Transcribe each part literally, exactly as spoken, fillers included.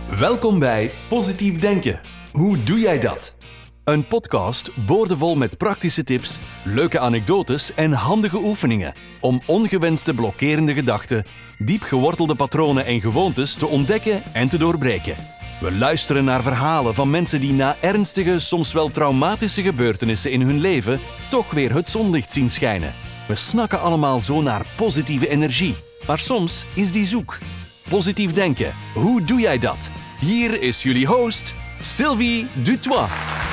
Welkom bij Positief Denken. Hoe doe jij dat? Een podcast boordevol met praktische tips, leuke anekdotes en handige oefeningen om ongewenste blokkerende gedachten, diep gewortelde patronen en gewoontes te ontdekken en te doorbreken. We luisteren naar verhalen van mensen die na ernstige, soms wel traumatische gebeurtenissen in hun leven toch weer het zonlicht zien schijnen. We snakken allemaal zo naar positieve energie, maar soms is die zoek. Positief denken, hoe doe jij dat? Hier is jullie host, Sylvie Dutoit.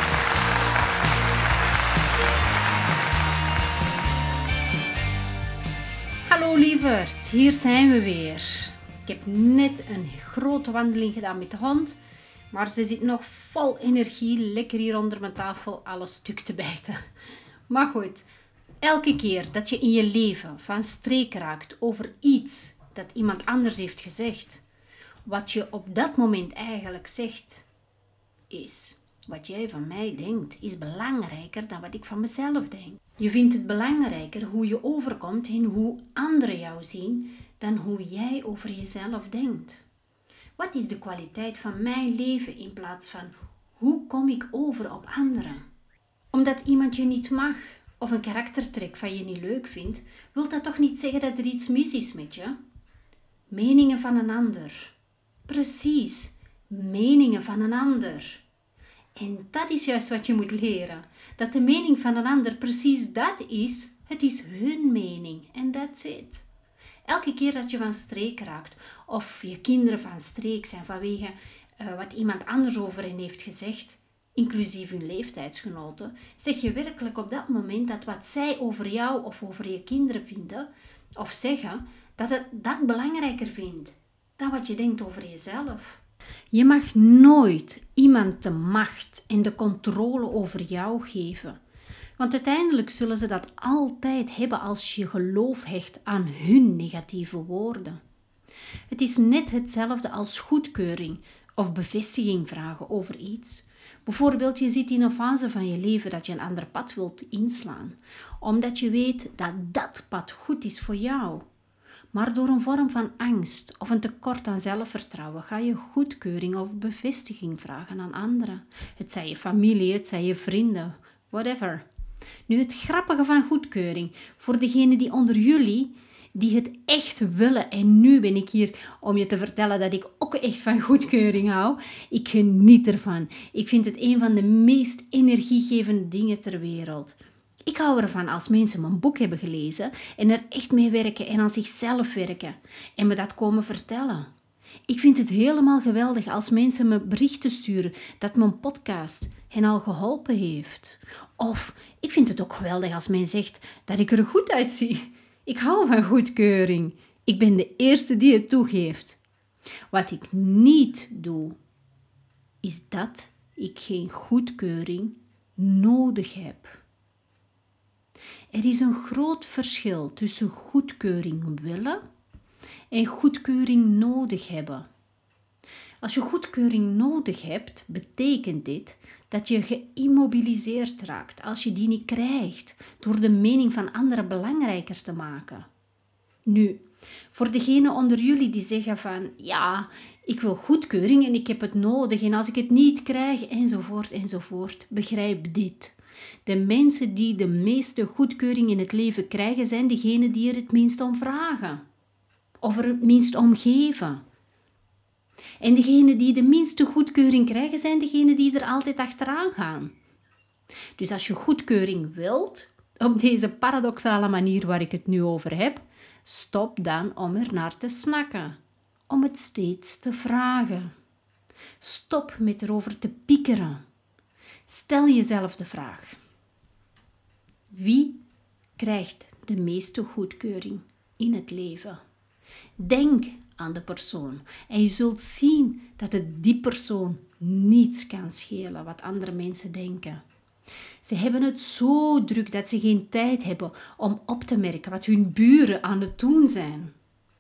Hallo lieverd, hier zijn we weer. Ik heb net een grote wandeling gedaan met de hond, maar ze zit nog vol energie, lekker hier onder mijn tafel alles stuk te bijten. Maar goed, elke keer dat je in je leven van streek raakt over iets dat iemand anders heeft gezegd, wat je op dat moment eigenlijk zegt, is: wat jij van mij denkt, is belangrijker dan wat ik van mezelf denk. Je vindt het belangrijker hoe je overkomt en hoe anderen jou zien, dan hoe jij over jezelf denkt. Wat is de kwaliteit van mijn leven in plaats van hoe kom ik over op anderen? Omdat iemand je niet mag of een karaktertrek van je niet leuk vindt, wil dat toch niet zeggen dat er iets mis is met je? Meningen van een ander. Precies, meningen van een ander. En dat is juist wat je moet leren. Dat de mening van een ander precies dat is. Het is hun mening. En that's it. Elke keer dat je van streek raakt, of je kinderen van streek zijn vanwege uh, wat iemand anders over hen heeft gezegd, inclusief hun leeftijdsgenoten, zeg je werkelijk op dat moment dat wat zij over jou of over je kinderen vinden, of zeggen, dat het dat belangrijker vindt dan wat je denkt over jezelf. Je mag nooit iemand de macht en de controle over jou geven. Want uiteindelijk zullen ze dat altijd hebben als je geloof hecht aan hun negatieve woorden. Het is net hetzelfde als goedkeuring of bevestiging vragen over iets. Bijvoorbeeld, je zit in een fase van je leven dat je een ander pad wilt inslaan, omdat je weet dat dat pad goed is voor jou. Maar door een vorm van angst of een tekort aan zelfvertrouwen ga je goedkeuring of bevestiging vragen aan anderen. Het zij je familie, het zij je vrienden, whatever. Nu, het grappige van goedkeuring, voor degenen die onder jullie, die het echt willen, en nu ben ik hier om je te vertellen dat ik ook echt van goedkeuring hou, ik geniet ervan. Ik vind het een van de meest energiegevende dingen ter wereld. Ik hou ervan als mensen mijn boek hebben gelezen en er echt mee werken en aan zichzelf werken en me dat komen vertellen. Ik vind het helemaal geweldig als mensen me berichten sturen dat mijn podcast hen al geholpen heeft. Of ik vind het ook geweldig als men zegt dat ik er goed uitzie. Ik hou van goedkeuring. Ik ben de eerste die het toegeeft. Wat ik niet doe, is dat ik geen goedkeuring nodig heb. Er is een groot verschil tussen goedkeuring willen en goedkeuring nodig hebben. Als je goedkeuring nodig hebt, betekent dit dat je geïmmobiliseerd raakt als je die niet krijgt door de mening van anderen belangrijker te maken. Nu, voor degenen onder jullie die zeggen van ja, ik wil goedkeuring en ik heb het nodig en als ik het niet krijg enzovoort enzovoort, begrijp dit. De mensen die de meeste goedkeuring in het leven krijgen, zijn degenen die er het minst om vragen. Of er het minst om geven. En degenen die de minste goedkeuring krijgen, zijn degenen die er altijd achteraan gaan. Dus als je goedkeuring wilt, op deze paradoxale manier waar ik het nu over heb, stop dan om er naar te snakken. Om het steeds te vragen. Stop met erover te piekeren. Stel jezelf de vraag: wie krijgt de meeste goedkeuring in het leven? Denk aan de persoon en je zult zien dat het die persoon niets kan schelen wat andere mensen denken. Ze hebben het zo druk dat ze geen tijd hebben om op te merken wat hun buren aan het doen zijn.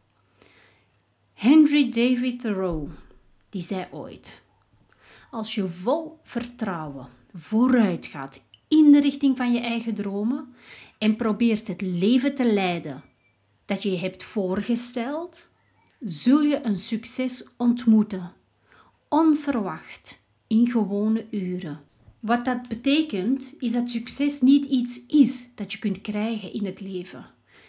Henry David Thoreau, die zei ooit: als je vol vertrouwen vooruit gaat in de richting van je eigen dromen en probeert het leven te leiden dat je je hebt voorgesteld, zul je een succes ontmoeten. onverwacht in gewone uren. Wat dat betekent, is dat succes niet iets is dat je kunt krijgen in het leven.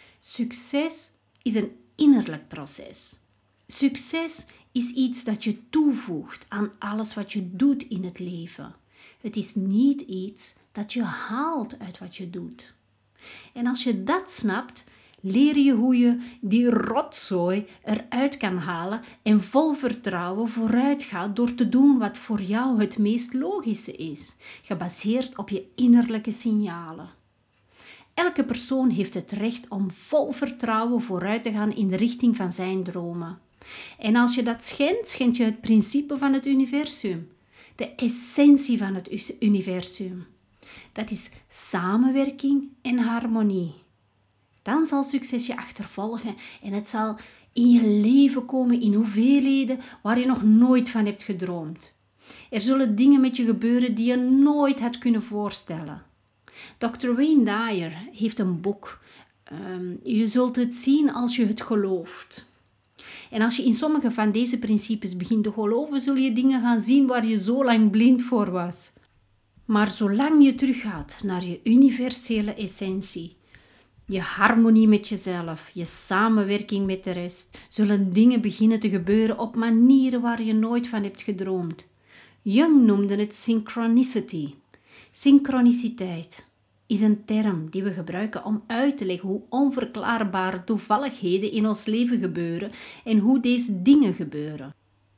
Succes is een innerlijk proces. Succes is iets dat je toevoegt aan alles wat je doet in het leven. Het is niet iets dat je haalt uit wat je doet. En als je dat snapt, leer je hoe je die rotzooi eruit kan halen en vol vertrouwen vooruit gaat door te doen wat voor jou het meest logische is, gebaseerd op je innerlijke signalen. Elke persoon heeft het recht om vol vertrouwen vooruit te gaan in de richting van zijn dromen. En als je dat schendt, schend je het principe van het universum, de essentie van het universum. Dat is samenwerking en harmonie. Dan zal succes je achtervolgen en het zal in je leven komen in hoeveelheden waar je nog nooit van hebt gedroomd. Er zullen dingen met je gebeuren die je nooit had kunnen voorstellen. dokter Wayne Dyer heeft een boek. Um, je zult het zien als je het gelooft. En als je in sommige van deze principes begint te geloven, zul je dingen gaan zien waar je zo lang blind voor was. Maar zolang je teruggaat naar je universele essentie, je harmonie met jezelf, je samenwerking met de rest, zullen dingen beginnen te gebeuren op manieren waar je nooit van hebt gedroomd. Jung noemde het synchronicity. Synchroniciteit is een term die we gebruiken om uit te leggen hoe onverklaarbare toevalligheden in ons leven gebeuren en hoe deze dingen gebeuren.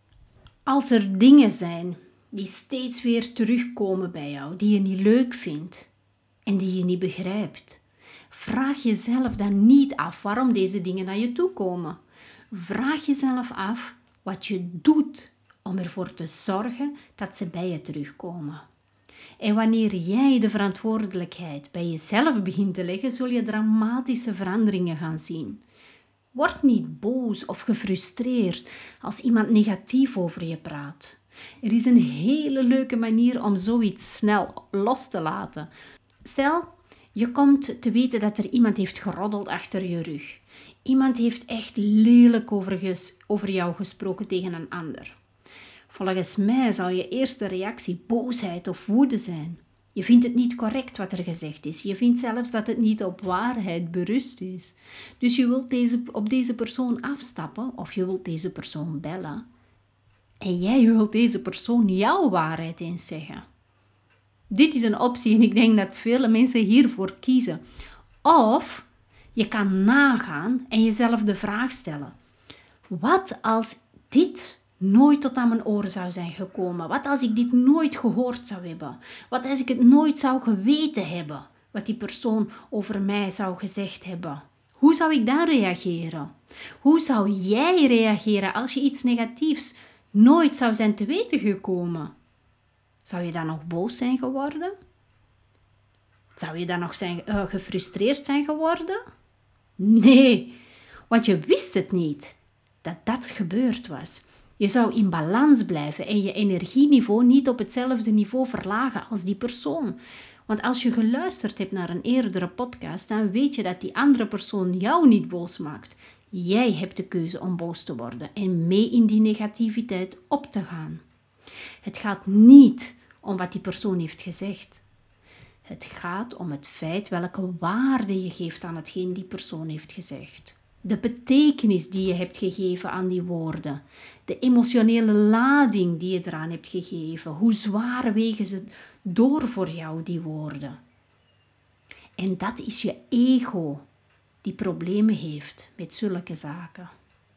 Als er dingen zijn die steeds weer terugkomen bij jou, die je niet leuk vindt en die je niet begrijpt, vraag jezelf dan niet af waarom deze dingen naar je toe komen. Vraag jezelf af wat je doet om ervoor te zorgen dat ze bij je terugkomen. En wanneer jij de verantwoordelijkheid bij jezelf begint te leggen, zul je dramatische veranderingen gaan zien. Word niet boos of gefrustreerd als iemand negatief over je praat. Er is een hele leuke manier om zoiets snel los te laten. Stel, je komt te weten dat er iemand heeft geroddeld achter je rug. Iemand heeft echt lelijk over, ges- over jou gesproken tegen een ander. Volgens mij zal je eerste reactie boosheid of woede zijn. Je vindt het niet correct wat er gezegd is. Je vindt zelfs dat het niet op waarheid berust is. Dus je wilt deze, op deze persoon afstappen of je wilt deze persoon bellen. En jij wilt deze persoon jouw waarheid eens zeggen. Dit is een optie en ik denk dat vele mensen hiervoor kiezen. Of je kan nagaan en jezelf de vraag stellen. Wat als dit nooit tot aan mijn oren zou zijn gekomen? Wat als ik dit nooit gehoord zou hebben? Wat als ik het nooit zou geweten hebben? Wat die persoon over mij zou gezegd hebben? Hoe zou ik dan reageren? Hoe zou jij reageren als je iets negatiefs nooit zou zijn te weten gekomen? Zou je dan nog boos zijn geworden? Zou je dan nog zijn, uh, gefrustreerd zijn geworden? Nee, want je wist het niet dat dat gebeurd was. Je zou in balans blijven en je energieniveau niet op hetzelfde niveau verlagen als die persoon. Want als je geluisterd hebt naar een eerdere podcast, dan weet je dat die andere persoon jou niet boos maakt. Jij hebt de keuze om boos te worden en mee in die negativiteit op te gaan. Het gaat niet om wat die persoon heeft gezegd. Het gaat om het feit welke waarde je geeft aan hetgeen die persoon heeft gezegd. De betekenis die je hebt gegeven aan die woorden. De emotionele lading die je eraan hebt gegeven. Hoe zwaar wegen ze door voor jou, die woorden. En dat is je ego die problemen heeft met zulke zaken.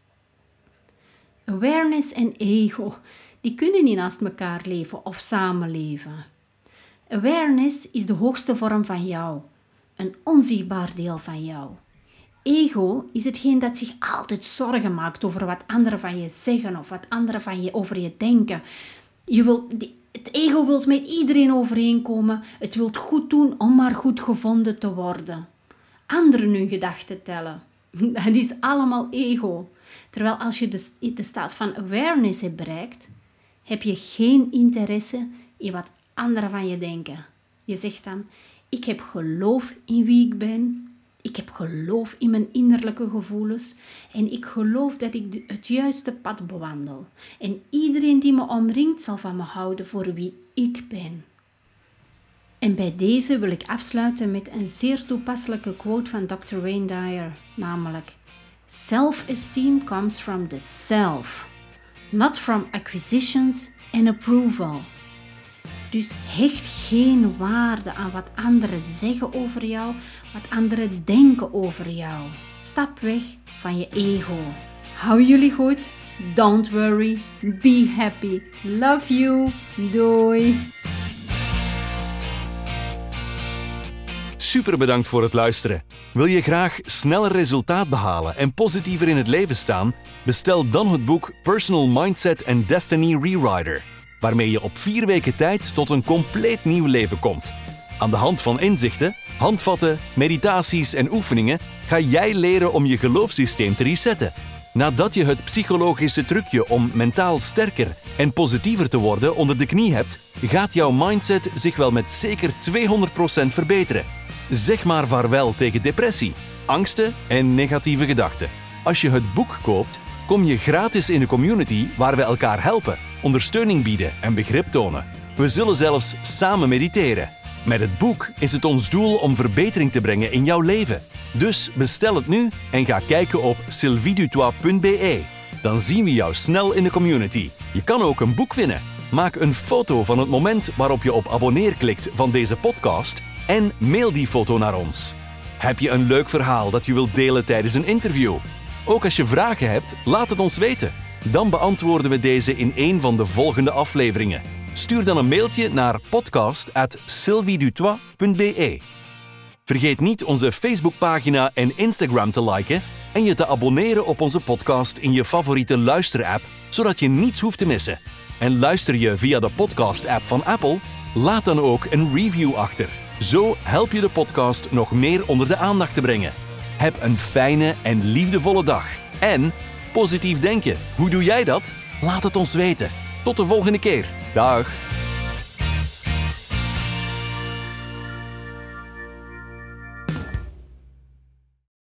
Awareness en ego, die kunnen niet naast elkaar leven of samenleven. Awareness is de hoogste vorm van jou, een onzichtbaar deel van jou. Ego is hetgeen dat zich altijd zorgen maakt over wat anderen van je zeggen of wat anderen van je over je denken. Je wilt, het ego wil met iedereen overeenkomen, het wil goed doen om maar goed gevonden te worden. Anderen hun gedachten tellen, dat is allemaal ego. Terwijl als je de, de staat van awareness hebt bereikt, heb je geen interesse in wat anderen van je denken. Je zegt dan, ik heb geloof in wie ik ben. Ik heb geloof in mijn innerlijke gevoelens en ik geloof dat ik het juiste pad bewandel. En iedereen die me omringt zal van me houden voor wie ik ben. En bij deze wil ik afsluiten met een zeer toepasselijke quote van dokter Wayne Dyer, namelijk: Self-esteem comes from the self, not from acquisitions and approval. Dus hecht geen waarde aan wat anderen zeggen over jou, wat anderen denken over jou. Stap weg van je ego. Hou jullie goed. Don't worry. Be happy. Love you. Doei. Super bedankt voor het luisteren. Wil je graag sneller resultaat behalen en positiever in het leven staan? Bestel dan het boek Personal Mindset and Destiny Rewriter, waarmee je op vier weken tijd tot een compleet nieuw leven komt. Aan de hand van inzichten, handvatten, meditaties en oefeningen ga jij leren om je geloofssysteem te resetten. Nadat je het psychologische trucje om mentaal sterker en positiever te worden onder de knie hebt, gaat jouw mindset zich wel met zeker tweehonderd procent verbeteren. Zeg maar vaarwel tegen depressie, angsten en negatieve gedachten. Als je het boek koopt, kom je gratis in de community waar we elkaar helpen, ondersteuning bieden en begrip tonen. We zullen zelfs samen mediteren. Met het boek is het ons doel om verbetering te brengen in jouw leven. Dus bestel het nu en ga kijken op sylvie dutoit punt b e. Dan zien we jou snel in de community. Je kan ook een boek winnen. Maak een foto van het moment waarop je op abonneer klikt van deze podcast en mail die foto naar ons. Heb je een leuk verhaal dat je wilt delen tijdens een interview? Ook als je vragen hebt, laat het ons weten. Dan beantwoorden we deze in een van de volgende afleveringen. Stuur dan een mailtje naar podcast at sylvie dutoit punt b e. Vergeet niet onze Facebookpagina en Instagram te liken en je te abonneren op onze podcast in je favoriete luisterapp, zodat je niets hoeft te missen. En luister je via de podcast-app van Apple? Laat dan ook een review achter. Zo help je de podcast nog meer onder de aandacht te brengen. Heb een fijne en liefdevolle dag. En positief denken. Hoe doe jij dat? Laat het ons weten. Tot de volgende keer. Dag.